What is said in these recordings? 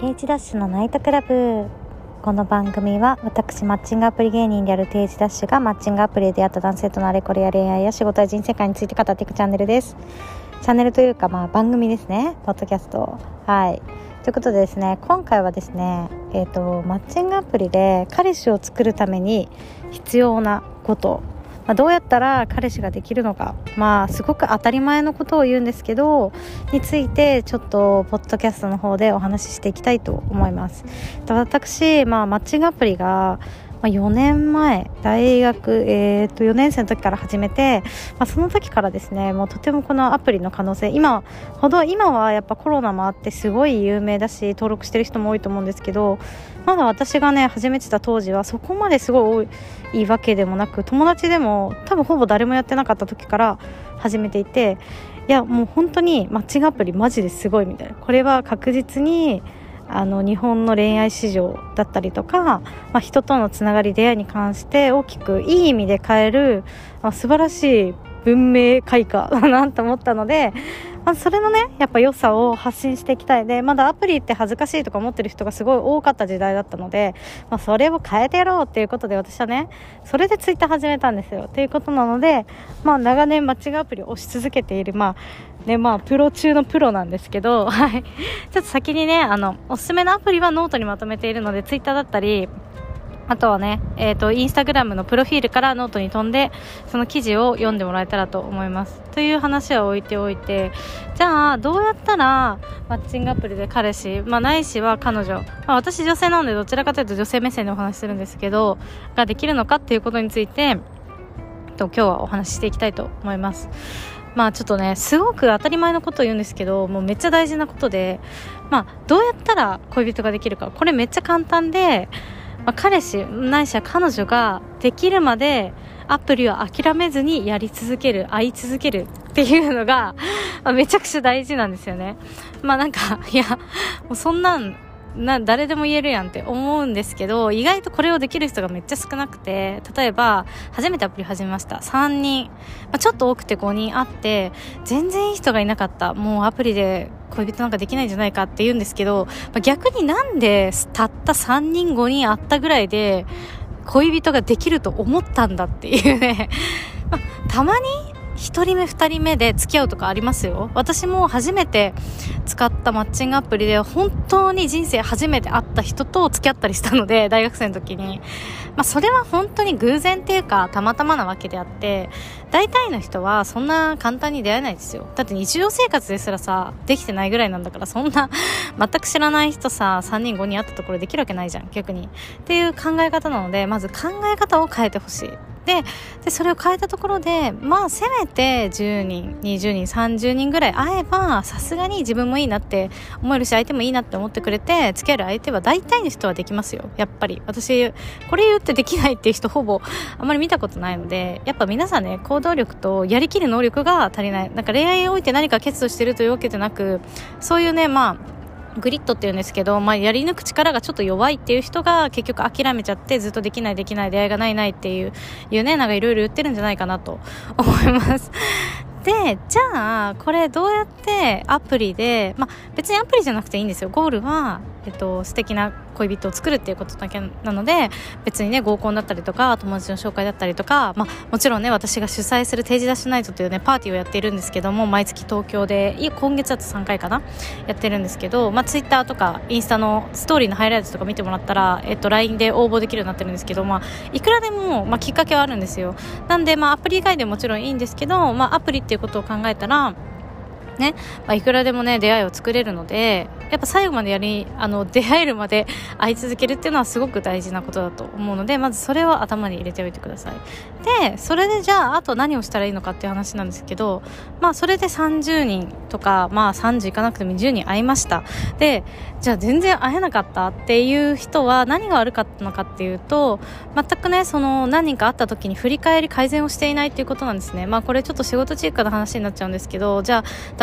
定時ダッシュのナイトクラブ。この番組は私マッチングアプリ芸人である定時ダッシュがマッチングアプリで出会った男性とのあれこれや恋愛や仕事や人生観について語っていくチャンネルです。チャンネルというか番組ですね。ポッドキャスト。はい。ということでですね、今回はですね、マッチングアプリで彼氏を作るために必要なこと、どうやったら彼氏ができるのか、すごく当たり前のことを言うんですけどについてちょっとポッドキャストの方でお話ししていきたいと思います。私、マッチングアプリが4年前大学、4年生の時から始めて、その時からですね、もうとてもこのアプリの可能性、今はやっぱコロナもあってすごい有名だし登録してる人も多いと思うんですけど、まだ私がね始めてた当時はそこまですごい多いわけでもなく、友達でも多分ほぼ誰もやってなかった時から始めていて、いやもう本当にマッチングアプリマジですごいみたいな、これは確実に日本の恋愛市場だったりとか、人とのつながり出会いに関して大きくいい意味で変える、素晴らしい文明開化だなと思ったので、それのねやっぱ良さを発信していきたい。でまだアプリって恥ずかしいとか思ってる人がすごい多かった時代だったので、それを変えてやろうっていうことで私はねそれでツイッター始めたんですよっていうことなので、長年マッチングアプリを推し続けているプロ中のプロなんですけど、はい、ちょっと先にねおすすめのアプリはノートにまとめているので、ツイッターだったりあとはね、インスタグラムのプロフィールからノートに飛んでその記事を読んでもらえたらと思いますという話は置いておいて、じゃあどうやったらマッチングアプリで彼氏、ないしは彼女、私女性なのでどちらかというと女性目線でお話しするんですけどができるのかっていうことについて今日はお話ししていきたいと思います。ちょっとねすごく当たり前のことを言うんですけど、もうめっちゃ大事なことで、どうやったら恋人ができるか、これめっちゃ簡単で、彼氏ないしは彼女ができるまでアプリを諦めずにやり続ける、会い続けるっていうのがめちゃくちゃ大事なんですよね。もうそんなん誰でも言えるやんって思うんですけど、意外とこれをできる人がめっちゃ少なくて、例えば初めてアプリ始めました、3人、ちょっと多くて5人あって全然いい人がいなかった、もうアプリで恋人なんかできないんじゃないかって言うんですけど、逆になんでたった3人5人あったぐらいで恋人ができると思ったんだっていうねたまに1人目2人目で付き合うとかありますよ。私も初めて使ったマッチングアプリで本当に人生初めて会った人と付き合ったりしたので、大学生の時に、それは本当に偶然っていうかたまたまなわけであって、大体の人はそんな簡単に出会えないですよ。だって日常生活ですらさできてないぐらいなんだから、そんな全く知らない人さ3人5人会ったところできるわけないじゃん逆にっていう考え方なので、まず考え方を変えてほしい。でそれを変えたところでせめて10人20人30人ぐらい会えばさすがに自分もいいなって思えるし、相手もいいなって思ってくれて付き合える相手は大体の人はできますよ。やっぱり私これ言ってできないっていう人ほぼあんまり見たことないので、やっぱ皆さんね行動力とやりきる能力が足りない。恋愛において何か欠如してるというわけじゃなく、そういうねグリッドっていうんですけど、やり抜く力がちょっと弱いっていう人が結局諦めちゃってずっとできない出会いがないっていうね、いろいろ言ってるんじゃないかなと思いますで、じゃあこれどうやってアプリで、別にアプリじゃなくていいんですよ。ゴールは、素敵な恋人を作るっていうことだけなので、別にね合コンだったりとか友達の紹介だったりとか、もちろんね私が主催する定時ダッシュナイトというねパーティーをやっているんですけども、毎月東京で今月だと3回かなやってるんですけど、ツイッターとかインスタのストーリーのハイライトとか見てもらったら、LINE で応募できるようになってるんですけど、いくらでも、きっかけはあるんですよ。なんでアプリ以外でもちろんいいんですけど、アプリっていうことを考えたらね、いくらでもね出会いを作れるので、やっぱ最後まで出会えるまで会い続けるっていうのはすごく大事なことだと思うので、まずそれを頭に入れておいてください。でそれでじゃああと何をしたらいいのかっていう話なんですけど、それで30人とか30いかなくても20人会いました。でじゃあ全然会えなかったっていう人は何が悪かったのかっていうと、全くねその何人か会った時に振り返り改善をしていないっていうことなんですね。これちょっと仕事チックな話になっちゃうんですけど、じゃあ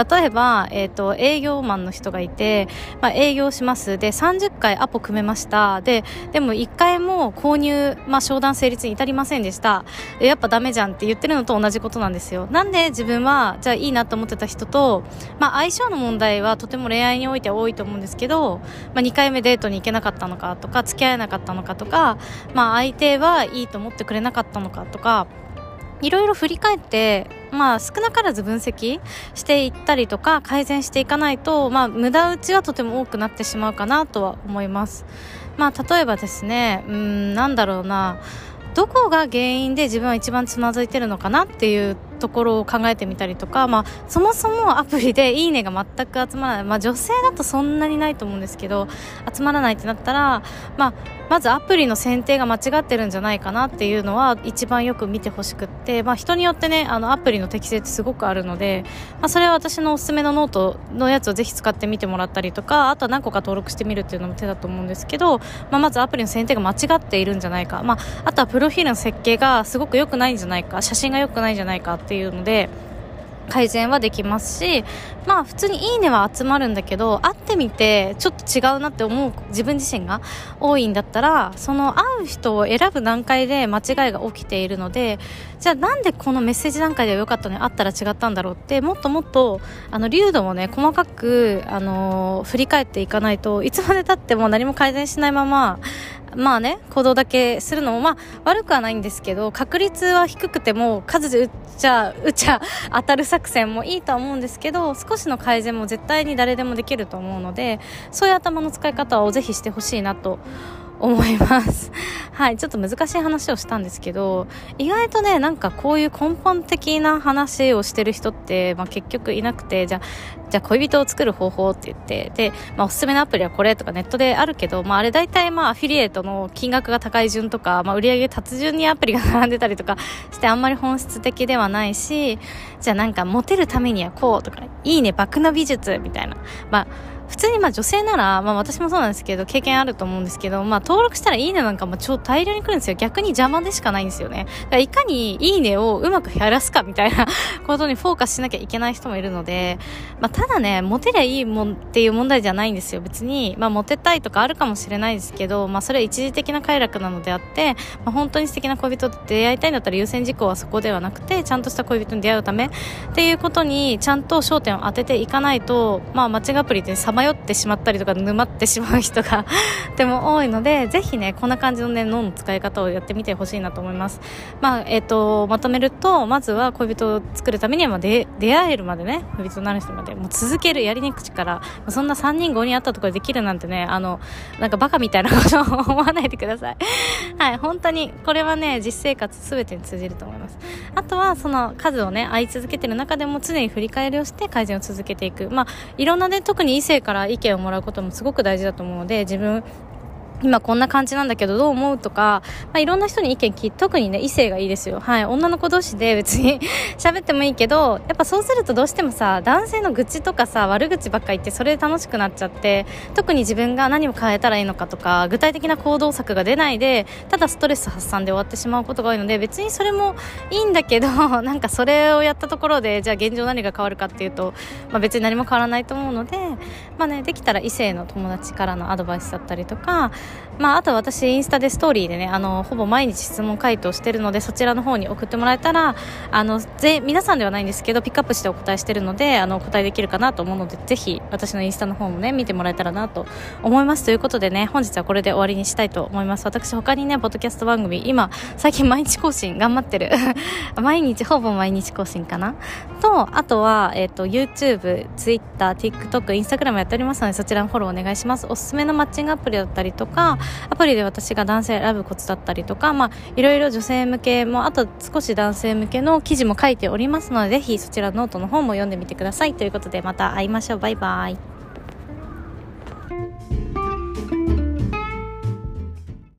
例えば、営業マンの人がいて、営業します。で、30回アポ組めました。でも1回も購入、商談成立に至りませんでした。やっぱダメじゃんって言ってるのと同じことなんですよ。なんで自分は、じゃあいいなと思ってた人と、相性の問題はとても恋愛においては多いと思うんですけど、2回目デートに行けなかったのかとか、付き合えなかったのかとか、相手はいいと思ってくれなかったのかとか、いろいろ振り返って、少なからず分析していったりとか改善していかないと、無駄打ちはとても多くなってしまうかなとは思います。例えばですね、どこが原因で自分は一番つまずいてるのかなっていうところを考えてみたりとか、そもそもアプリでいいねが全く集まらない、女性だとそんなにないと思うんですけど、集まらないってなったら、まずアプリの選定が間違ってるんじゃないかなっていうのは一番よく見てほしくって、人によってね、アプリの適性ってすごくあるので、それは私のおすすめのノートのやつをぜひ使ってみてもらったりとか、あとは何個か登録してみるっていうのも手だと思うんですけど、まずアプリの選定が間違っているんじゃないか、あとはプロフィールの設計がすごく良くないんじゃないか、写真が良くないんじゃないかっていうので改善はできますし、普通にいいねは集まるんだけど、会ってみてちょっと違うなって思う自分自身が多いんだったら、その会う人を選ぶ段階で間違いが起きているので、じゃあなんでこのメッセージ段階では良かったのに会ったら違ったんだろうって、もっともっと流度もね細かく振り返っていかないと、いつまで経っても何も改善しないまま行動だけするのも悪くはないんですけど、確率は低くても数で打っちゃ当たる作戦もいいとは思うんですけど、少しの改善も絶対に誰でもできると思うので、そういう頭の使い方をぜひしてほしいなと思いますはい、ちょっと難しい話をしたんですけど、意外とねこういう根本的な話をしてる人って、結局いなくて、じゃあ恋人を作る方法って言って、で、おすすめのアプリはこれとかネットであるけど、あれ大体アフィリエイトの金額が高い順とか、売り上げ立つ順にアプリが並んでたりとかしてあんまり本質的ではないし、じゃあモテるためにはこうとか、いいね爆の美術みたいな、普通に女性なら、私もそうなんですけど経験あると思うんですけど、登録したらいいねなんかも超大量に来るんですよ。逆に邪魔でしかないんですよね。だからいかにいいねをうまく減らすかみたいなことにフォーカスしなきゃいけない人もいるので、ただねモテりゃいいもんっていう問題じゃないんですよ。別にモテたいとかあるかもしれないですけど、それは一時的な快楽なのであって、本当に素敵な恋人と出会いたいんだったら優先事項はそこではなくて、ちゃんとした恋人に出会うためっていうことにちゃんと焦点を当てていかないと、マッチングアプリって迷ってしまったりとか沼ってしまう人がでも多いので、ぜひねこんな感じのね脳の使い方をやってみてほしいなと思います。まとめると、まずは恋人を作るためには出会えるまでね、恋人になる人までもう続ける、やりにくちから、そんな3人5人会ったところでできるなんてね、バカみたいなことを思わないでくださいはい、本当にこれはね実生活すべてに通じると思います。あとはその数をね会い続けてる中でも常に振り返りをして改善を続けていく、いろんなね特に異性から意見をもらうこともすごく大事だと思うので、自分今こんな感じなんだけどどう思うとか、いろんな人に意見聞いて、特にね異性がいいですよ。はい、女の子同士で別に喋ってもいいけど、やっぱそうするとどうしても男性の愚痴とか悪口ばっか言って、それで楽しくなっちゃって、特に自分が何を変えたらいいのかとか具体的な行動策が出ないで、ただストレス発散で終わってしまうことが多いので、別にそれもいいんだけどそれをやったところでじゃあ現状何が変わるかっていうと、別に何も変わらないと思うので、できたら異性の友達からのアドバイスだったりとか、あとは私インスタでストーリーでねほぼ毎日質問回答してるので、そちらの方に送ってもらえたら皆さんではないんですけどピックアップしてお答えしてるので答えできるかなと思うので、ぜひ私のインスタの方もね見てもらえたらなと思います。ということでね、本日はこれで終わりにしたいと思います。私他にねポッドキャスト番組今最近毎日更新頑張ってるほぼ毎日更新かなと、あとはYouTube、Twitter、TikTok、Instagram やっておりますので、そちらのフォローお願いします。おすすめのマッチングアプリだったりとか、アプリで私が男性選ぶコツだったりとか、いろいろ女性向けも、あと少し男性向けの記事も書いておりますので、ぜひそちらノートの方も読んでみてください。ということでまた会いましょう。バイバイ。